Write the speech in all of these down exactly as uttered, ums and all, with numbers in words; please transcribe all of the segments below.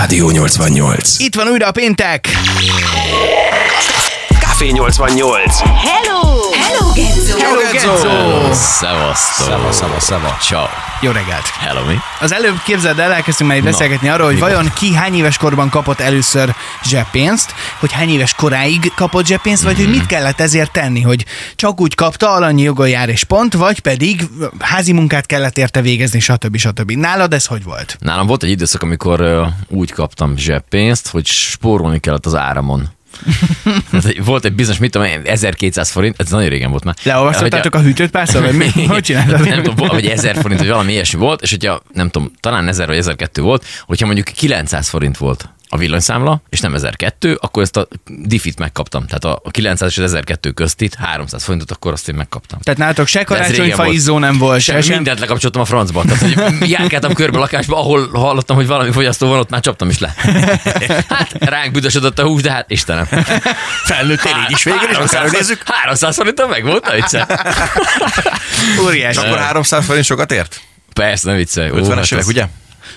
Rádió nyolcvannyolc. Itt van újra a péntek! Café nyolcvannyolc. Hello! Hello, Gezzó! Hello, Gezzó! Szevasztok! Szeva, szeva, szeva. Ciao. Jó reggelt! Hello, mi? Az előbb képzeld el, elkezdtünk már beszélgetni arról, hogy vajon ki hány éves korban kapott először zseppénzt, hogy hány éves koráig kapott zseppénzt, vagy mm-hmm. hogy mit kellett ezért tenni, hogy csak úgy kapta, alanyi jogon jár és pont, vagy pedig házi munkát kellett érte végezni, stb. stb. Nálad ez hogy volt? Nálam volt egy időszak, amikor uh, úgy kaptam zseppénzt, hogy spórolni kellett az áramon. Volt egy bizonyos, mit tudom én, ezerkétszáz forint, ez nagyon régen volt már. Leolvasztottátok a hűtőt párszor, vagy mi? Hogy csináltad? Nem tudom, vagy ezer forint, vagy valami ilyesmi volt, és hogyha, nem tudom, talán ezer vagy ezerkettő volt, hogyha mondjuk kilencszáz forint volt a villanyszámla, és nem ezerkettő, akkor ezt a diffit megkaptam. Tehát a kilencszáz és az ezerkettő köztit, háromszáz forintot, akkor azt én megkaptam. Tehát nálatok se karácsonyfa izzó nem volt, se, sem. Mindent lekapcsoltam a francba. Tehát, hogy járkáltam körbe a lakásba, ahol hallottam, hogy valami fogyasztó van, ott már csaptam is le. Hát ránk büdösödött a hús, de hát Istenem. Felnőttél így is végül, és akár nézzük. háromszáz forinton meg volt, ne viccelj. Óriás. És akkor háromszáz forint sokat ért? Persze, ne viccelj. ötvenes évek, ugye?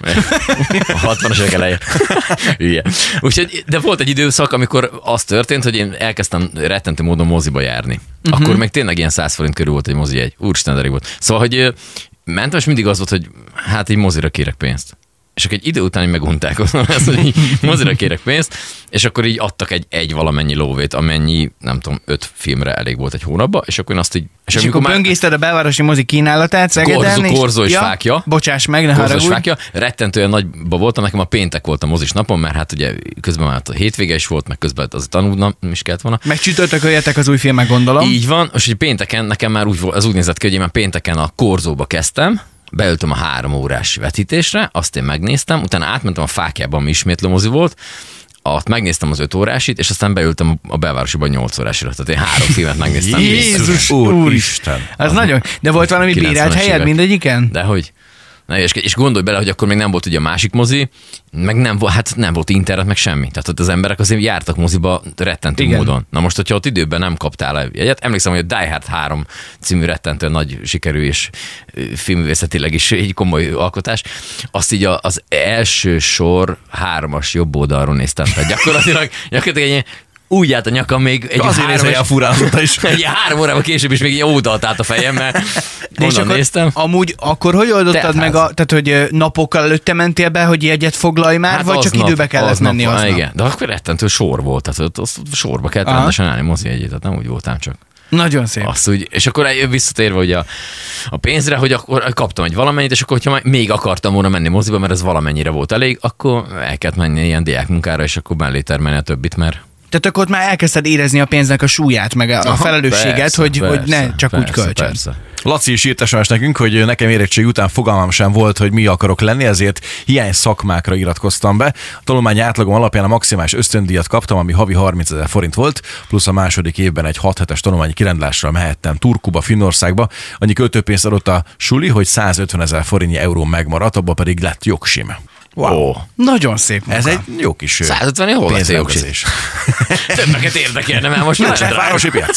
A hatvanas évek elején. Igen. Úgyhogy, de volt egy időszak, amikor az történt, hogy én elkezdtem rettentő módon moziba járni. Uh-huh. Akkor még tényleg ilyen száz forint körül volt egy mozi jegy. Úristen, de rég volt. Szóval, hogy mentem, és mindig az volt, hogy hát így mozira kérek pénzt. És akkor egy idő után így megunták, ezt, hogy így mozira kérek pénzt, és akkor így adtak egy, egy valamennyi lóvét, amennyi, nem tudom, öt filmre elég volt egy hónapba, és akkor én azt így... És, és akkor már... böngészted a belvárosi mozi kínálatát Szegeden? Korzó, korzó és ja, fákja. Bocsáss meg, ne haragudj. Fákja. Rettentően nagyba voltam, nekem a péntek volt a mozis napon, mert hát ugye közben már a hétvége is volt, meg közben az tanulnom is kellett volna. Meg csütörtökön jöttek az új filmek, gondolom. Így van, és hogy pénteken nekem már úgy, az úgy nézett ki, hogy én már pénteken a korzóba kezdtem, beültem a három órás vetítésre, azt én megnéztem, utána átmentem a Fákjában, ami ismétlő mozi volt, ott megnéztem az öt órásit, és aztán beültem a belvárosiban nyolc órásra. Tehát én három filmet megnéztem. Jézus Úristen! Az, az nagyon... De volt valami bérelt helyed mindegyiken? Dehogy. Na, és, és gondolj bele, hogy akkor még nem volt ugye a másik mozi, meg nem volt, hát nem volt internet, meg semmi. Tehát ott az emberek azért jártak moziba rettentő Igen. módon. Na most, hogyha ott időben nem kaptál jegyet, emlékszem, hogy a Die Hard három című rettentő nagy sikerű és filmművészetileg is egy komoly alkotás, azt így az első sor hármas jobb oldalról néztem. Tehát gyakorlatilag, gyakorlatilag egy úgy állt a nyakam még egy azért három, és, a furálata is. Egy három órával később is még egy ódalt át a fejem, mert onnan néztem. Amúgy akkor hogy oldottad tehát meg, a, tehát hogy napokkal előtte mentél be, hogy jegyet foglalj már, hát vagy csak nap, időbe kellett menni nap, aznap? Igen, de akkor rettentő sor volt, tehát ott, ott sorba kellett rendesen állni mozi jegyét, tehát nem úgy voltam csak. Nagyon szép. Azt úgy, és akkor visszatérve ugye a, a pénzre, hogy akkor kaptam egy valamennyit, és akkor, hogyha még akartam volna menni moziba, mert ez valamennyire volt elég, akkor el kellett menni ilyen diákmunkára, és akkor mellé termelni a többit, mert tehát akkor ott már elkezdted érezni a pénznek a súlyát, meg a Aha, felelősséget, persze, hogy, persze, hogy ne csak persze, úgy költsön. Persze. Laci is írt es em es nekünk, hogy nekem érettség után fogalmam sem volt, hogy mi akarok lenni, ezért hiány szakmákra iratkoztam be. A tanulmány átlagom alapján a maximális ösztöndíjat kaptam, ami havi harmincezer forint volt, plusz a második évben egy hat hetes tanulmányi kirándulásra mehettem Turkuba, Finnországba. Annyi költőpénzt adott a suli, hogy százötvenezer forintnyi euró megmaradt, abba pedig lett jogsim. Wow. Oh. Nagyon szép munka. Ez egy jó kis százötven hol lesz a jogsim? Többeket érdekelne, mert most már városi piac.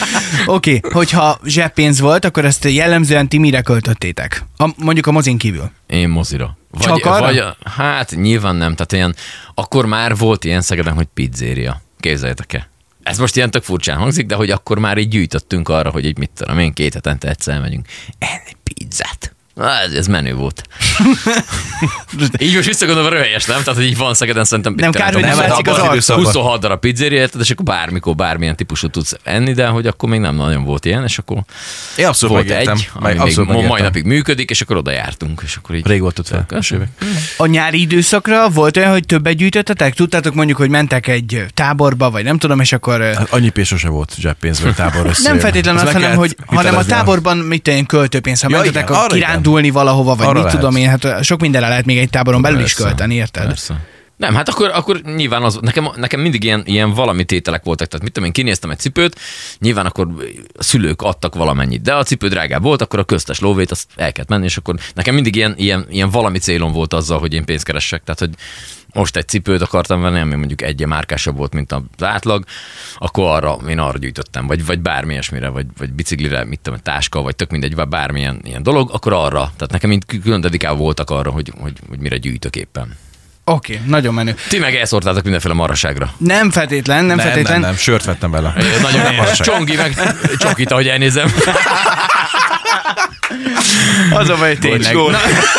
Oké, okay, hogyha zseppénz volt, akkor ezt jellemzően ti mire költöttétek? A, mondjuk a mozin kívül. Én mozira. Vagy, Csak arra? Vagy, hát nyilván nem, tehát ilyen, akkor már volt ilyen Szegeden, hogy pizzéria. Képzeljétek el. Ez most ilyen tök furcsán hangzik, de hogy akkor már így gyűjtöttünk arra, hogy így mit tudom én, két hetente egyszer megyünk enni pizzát. Ez, ez menő volt. Így most visszagondolva röhelyes, nem? Tehát, hogy így van Szegeden szerintem... Nem kár, hogy nem látszik az arc. huszonhat darab pizzéria, és akkor bármikor bármilyen típusú tudsz enni, de hogy akkor még nem nagyon volt ilyen, és akkor Én abszolút volt megértem. egy, ami Meg, még abszolút mai napig működik, és akkor oda jártunk. És akkor így rég volt ötvenes évek. A nyári időszakra volt olyan, hogy többet gyűjtöttetek? Tudtátok mondjuk, hogy mentek egy táborba, vagy nem tudom, és akkor... Hát annyi pénz sose volt zseppénzből tábor összejön. Nem feltétlenül azt, hanem, hogy hanem a táborban mit tenni költőpénz, ha ja, mentetek igen, kirándulni igen. valahova, vagy arra mit lehet. tudom én, hát sok mindenre lehet még egy táboron belül persze, is költeni, érted? Persze. Nem, hát akkor, akkor nyilván az, nekem, nekem mindig ilyen, ilyen valami tételek voltak, tehát mit tudom én, kinéztem egy cipőt, nyilván akkor a szülők adtak valamennyit, de a cipő drágább volt, akkor a köztes lóvét, azt el kellett menni, és akkor nekem mindig ilyen, ilyen, ilyen valami célom volt azzal, hogy én pénzt keressek, tehát hogy most egy cipőt akartam venni, ami mondjuk egy márkásabb volt, mint az átlag, akkor arra, én arra gyűjtöttem, vagy, vagy bármi ilyesmire, vagy, vagy biciklire, mit tudom, táska, vagy tök mindegy, vagy bármilyen ilyen dolog, akkor arra, tehát nekem mind külön dedikálva voltak arra, hogy, hogy, hogy mire gyűjtök éppen. Oké, okay, nagyon menő. Ti meg elszórtátok mindenféle maraságra. Nem feltétlen, nem, Nem, feltétlen. nem, nem, sört vettem bele. Nagyon helyes. Csongi meg csokit, ahogy elnézem. Az a baj, tényleg. Bocs, Na,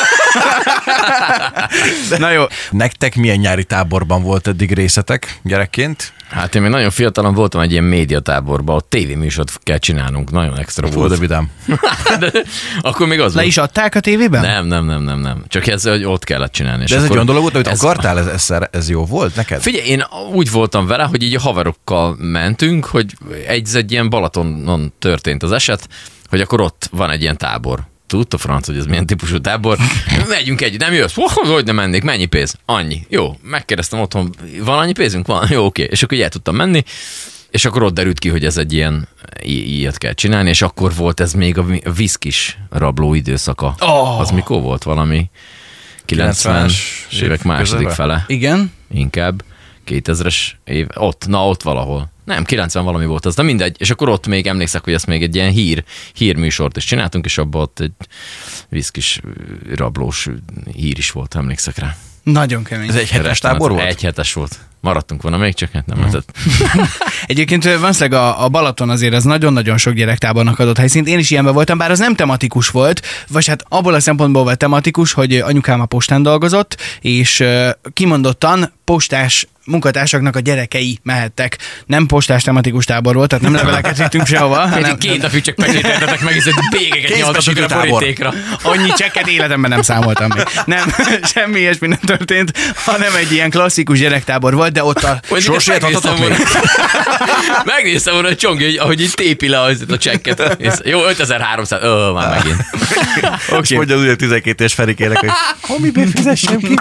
na jó. Nektek milyen nyári táborban volt eddig részetek gyerekként? Hát én még nagyon fiatalon voltam egy ilyen médiatáborban, ott tévéműsort kell csinálnunk, nagyon extra Fú, de volt. vidám. De akkor még az Le volt. is adták a tévében? Nem, nem, nem, nem, nem. Csak ez, hogy ott kellett csinálni. De ez egy olyan dolog volt, amit ez, akartál, ez, ez, ez jó volt neked? Figyelj, én úgy voltam vele, hogy így a haverokkal mentünk, hogy egy, egy ilyen Balatonon történt az eset, hogy akkor ott van egy ilyen tábor. Tudta franc, hogy ez milyen típusú tábor. Megyünk együtt, nem jössz? Hogy nem mennék? Mennyi pénz? Annyi. Jó, megkérdeztem otthon, van annyi pénzünk? Van. Jó, oké. És akkor így el tudtam menni, és akkor ott derült ki, hogy ez egy ilyen, i- ilyet kell csinálni, és akkor volt ez még a viszkis rabló időszaka. Oh. Az mikor volt valami? kilencvenes évek második közebe? fele. Igen. Inkább. kétezres év, ott, na ott valahol. Nem, kilencven valami volt az, de mindegy. És akkor ott még emlékszek, hogy ezt még egy ilyen hír, hírműsort is csináltunk, és abban ott egy viszkis rablós hír is volt, emlékszek rá. Nagyon kemény. Ez egy hetes tábor volt? Egy hetes volt. Maradtunk volna még, csak hát nem lehetett. Egyébként valószínűleg a, a Balaton azért az nagyon-nagyon sok gyerektábornak adott helyszínt. Én is ilyenben voltam, bár az nem tematikus volt, vagy hát abból a szempontból volt tematikus, hogy anyukám a postán dolgozott, és uh, kimondottan postás munkatársaknak a gyerekei mehettek. Nem postás tematikus tábor volt, tehát nem leveleket vittünk sehova. Hanem... Két napig csak pecsételtetek meg, és bégeket nyaltatok a tábor. borítékra. Annyi csekket életemben nem számoltam még. Nem, semmi ilyesmi nem történt, hanem egy ilyen klasszikus gyerektábor volt, de ott a... Sorsért adhatok még? Megnéztem volna a Csongi, hogy ahogy így tépi le az- a csekket. És jó, ötezer-háromszáz. Ö, már megint. Okay. És mondja az ugye tizenkét éves Ferikének, hogy homibé fizessem ki.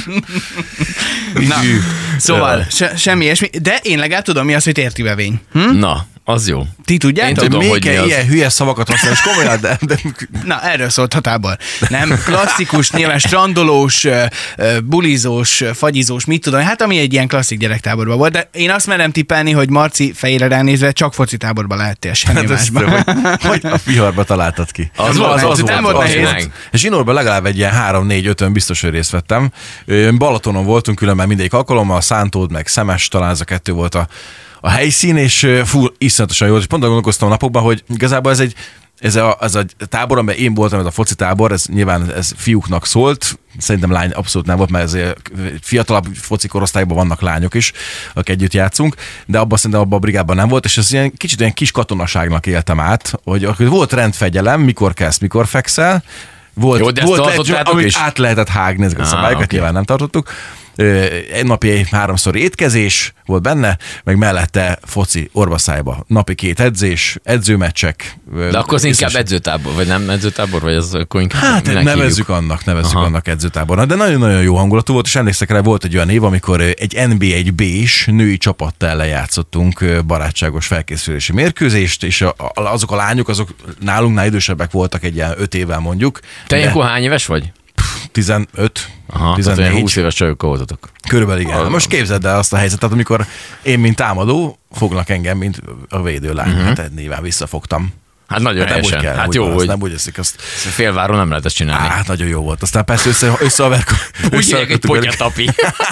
Na, szóval se, semmi ilyesmi, de én legalább tudom, mi az, hogy tértibevény. Hm? Na, az jó. Ti tudjátok? Én tudom, Még hogy mi kell az. ilyen hülye szavakat használni, és komolyan, de, de Na, erről szólt a tábor. Nem, klasszikus, nyilván strandolós, ö, ö, bulizós, ö, fagyizós, mit tudom, hát ami egy ilyen klasszik gyerektáborban volt, de én azt merem tippelni, hogy Marci fejére ránézve csak foci táborban lehettél, semmi hát ezt, másban. hogy, hogy a viharba találtad ki. Az volt, az volt, nem volt az nehéz. volt. És Zsinórban legalább egy ilyen három négy ötön biztos, hogy részt vettem. Ö, Balatonon voltunk különben mindegyik alkalommal, Szántód meg Szemes, talán ez a kettő volt a, a helyszín, és ö, fú, iszonyatosan jó. És pont gondolkoztam a napokban, hogy igazából ez egy Ez a, az a tábor, amiben én voltam, ez a foci tábor, ez nyilván ez fiúknak szólt, szerintem lány abszolút nem volt, mert ez fiatalabb foci korosztályban vannak lányok is, akik együtt játszunk, de abban szerintem abban a brigádban nem volt, és ez ilyen kicsit ilyen kis katonaságnak éltem át, hogy volt rendfegyelem, mikor kezd, mikor fekszel, volt, Jó, de ezt volt tartottátok amit is? át lehetett hágni, ezeket a Ah, szabályokat oké. nyilván nem tartottuk. Ö, Egy napi háromszor étkezés volt benne, meg mellette foci orvaszájba. Napi két edzés, edzőmeccsek. De akkor az inkább edzőtábor, vagy nem edzőtábor, vagy az akkor inkább Hát minek nevezzük hívjuk? annak, nevezzük Aha. annak edzőtábornak, de nagyon-nagyon jó hangulatú volt, és emlékszek rá, volt egy olyan év, amikor egy en bé egy B-s női csapattal ellen játszottunk barátságos felkészülési mérkőzést, és a, a, azok a lányok, azok nálunknál idősebbek voltak egy ilyen öt évvel mondjuk. Te de ilyenkor hány éves vagy? tizenöt, Aha, tehát olyan tizennégy. húsz éves csajokkal voltatok. Körülbelül igen. Ah. Most képzeld el azt a helyzetet, amikor én, mint támadó, fognak engem, mint a védőlány. Uh-huh. Hát nyilván visszafogtam. Hát nagyon Hát nem úgy helyesen. kell, Hát úgy jó, van, azt hogy nem úgy eszik azt. félváról nem lehet ezt csinálni. Hát nagyon jó volt. Aztán persze össze, összeaverko. Úgy hívják egy potyatapi.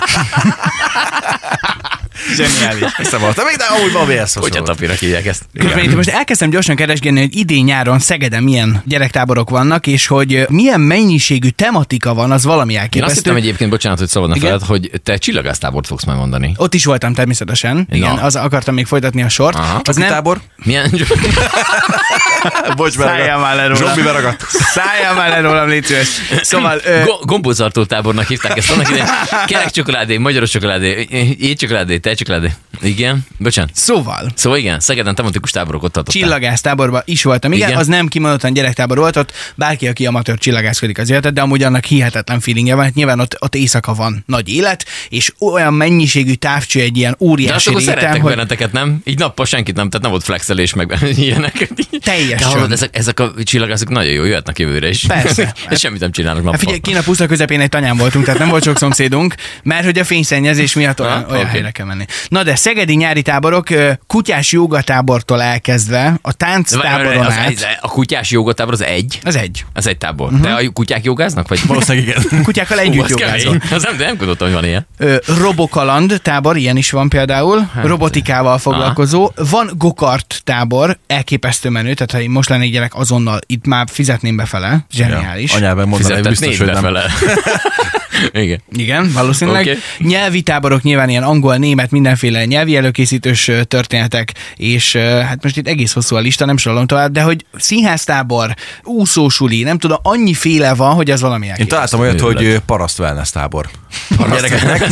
Zseniális. Összevaltam még, de amúgy van vérsz. Potyatapinak hívják ezt. Közben itt most elkezdtem gyorsan keresgélni, hogy idén-nyáron Szegeden milyen gyerektáborok vannak, és hogy milyen mennyiségű tematika van, az valami Én azt elképesztő. hittem egyébként, bocsánat, hogy szabadna Igen? feled, hogy te csillagásztábort fogsz majd mondani. Ott is voltam természetesen. Igen, Na. az akartam még folytatni a sort. Aha. Az nem... tábor? Milyen? Bocs, Szálljál már le rólam. Zsombi beragadt. Szálljál már le rólam, légy szíves. Szóval... Ö... Go- gombózartó tábornak hívták ezt annak idején. Kerek csokoládé, magyaros csokoládé, étcsokoládé, tejcsokoládé. Igen, bocsánat. Szóval... Szóval igen, Szegeden tematikus táborok ott tartottál. Csillagásztáborban is voltam, igen, Igen. az nem kimondottan gyerektábor volt, ott bárki, aki amatőr csillagászkodik az életet, de amúgy annak hihetetlen feelingje van, hát nyilván ott, ott éjszaka van nagy élet, és olyan mennyiségű távcső egy ilyen De azt óriási akkor réten, szerettek hogy benneteket, nem? Így nappal senkit nem, tehát nem volt flexelés meg ilyenek. Teljesen. De hallod, ezek, ezek a csillagászok nagyon jó, jöhetnek jövőre is. Persze. És semmit nem csinálnak nappal. Hát figyelj, Kína puszta közepén egy tanyán voltunk, tehát nem volt sok szomszédunk, mert hogy a fényszennyezés miatt olyan, Ah, olyan oké. helyre kell menni. Na de szegedi nyári táborok ö, kutyás jogatábortól elkezdve a tánctáboron Az- át. az- A kutyás jogatábor az egy? Az egy. Ez egy tábor. De a kutyák jogáznak? Vagy? Valószínűleg igen. Kutyákkal Hú, együtt az jogázol. kemény. Az nem, de nem gondoltam, hogy van ilyen. Ö, Robokaland tábor, ilyen is van például, Hát, robotikával foglalkozó. Van gokart tábor, elképesztő menő, tehát ha én most lennék gyerek, azonnal itt már fizetném befele. Zseniális. Ja, anyában mondaná, biztos, négy hogy nem. befele. Igen. Igen, valószínűleg. Oké. Okay. Nyelvi táborok nyilván ilyen angol, német, mindenféle nyelvi előkészítős ö, történetek, és ö, hát most itt egész hosszú a lista, nem sorolom tovább, de hogy színháztábor, úszósuli, nem tudom, annyi féle van, hogy az valami Én elképesztő. találtam olyat, Őrület. hogy paraszt wellness tábor. A gyerekeknek,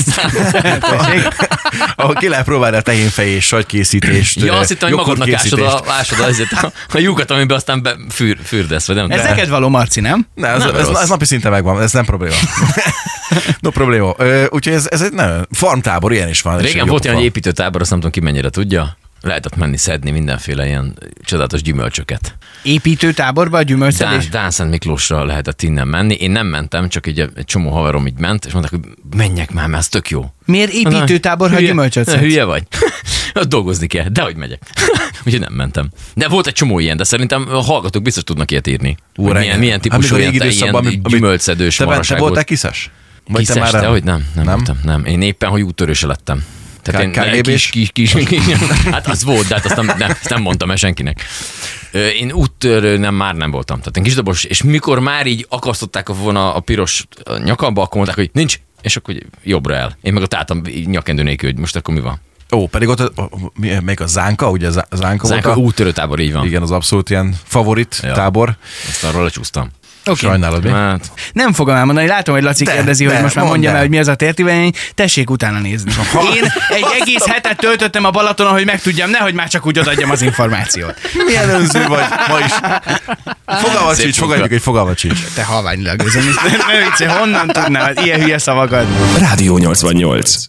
ahol ki lehet próbálni a tehénfej és sagykészítést. Ja, azt hittem, hogy magadnak ásod jogkurtkészítést. a, ásod azért a, a lyukat, amiben aztán be, fűr, fürdesz, vagy nem? Ez De- neked való, Marci, nem? Ne, ez, Nem ez, rossz. ez napi szinten megvan, ez nem probléma. No probléma. Ö, Úgyhogy ez, ez egy nem, farmtábor, ilyen is van. és Régen egy volt jó olyan pofa. építőtábor, azt nem tudom ki mennyire tudja. Lehetett menni szedni mindenféle ilyen csodálatos gyümölcsöket. Építőtáborba a Dán, gyümölcszedés? Dán Szent Miklósra lehetett innen menni. Én nem mentem, csak így egy csomó haverom így ment, és mondták, hogy menjek már, mert ez tök jó. Miért építőtábor, ha Hülye- gyümölcsöt Ne, szedsz? Hülye vagy? Ott dolgozni kell, de hogy megyek. Úgyhogy nem mentem. De volt egy csomó ilyen, de szerintem a hallgatók biztos tudnak ilyet írni. Hogy milyen, rengeteg. milyen típusú Amikor ilyen, régi te, ilyen időszakban, ami- ami- gyümölcszedős Te, te maraság voltál volt. kiszes? Kiszes, de hogy nem, nem, Nem? voltam, nem. Én éppen, hogy úttörőse lettem. Tehát én K G B-s? kis, kis, kis, kis, hát az volt, de hát azt nem, nem, azt nem mondtam el senkinek. Ö, Én úttörő nem, már nem voltam. Tehát én kisdobos, és mikor már így akasztották volna a piros nyakamba, akkor mondták, hogy nincs, és akkor hogy jobbra el. Én meg ott álltam nyakendő nélkül, hogy most akkor mi van? Ó, pedig ott a- a- mi- még a Zánka, ugye a Zá- Zánka Az volt a a, úttörő tábor, így van. igen, az abszolút ilyen favorit Ja. tábor. Azt arról lecsúsztam. Oké. Sajnálod mi? Hát, Nem fogom elmondani, látom, hogy Laci De, kérdezi, de, hogy most már mondd mondjam el, el. hogy mi az a tértivény, tessék utána nézni. Én egy egész hetet töltöttem a Balatonon, hogy megtudjam, nehogy már csak úgy odaadjam az információt. Milyen önző vagy ma is. Fogalmat Szép sincs, munka. fogadjuk, hogy fogalmat sincs. Te halványilag, ez ne vicce, honnan tudnál ilyen hülye szavakat? Rádió nyolcvannyolc.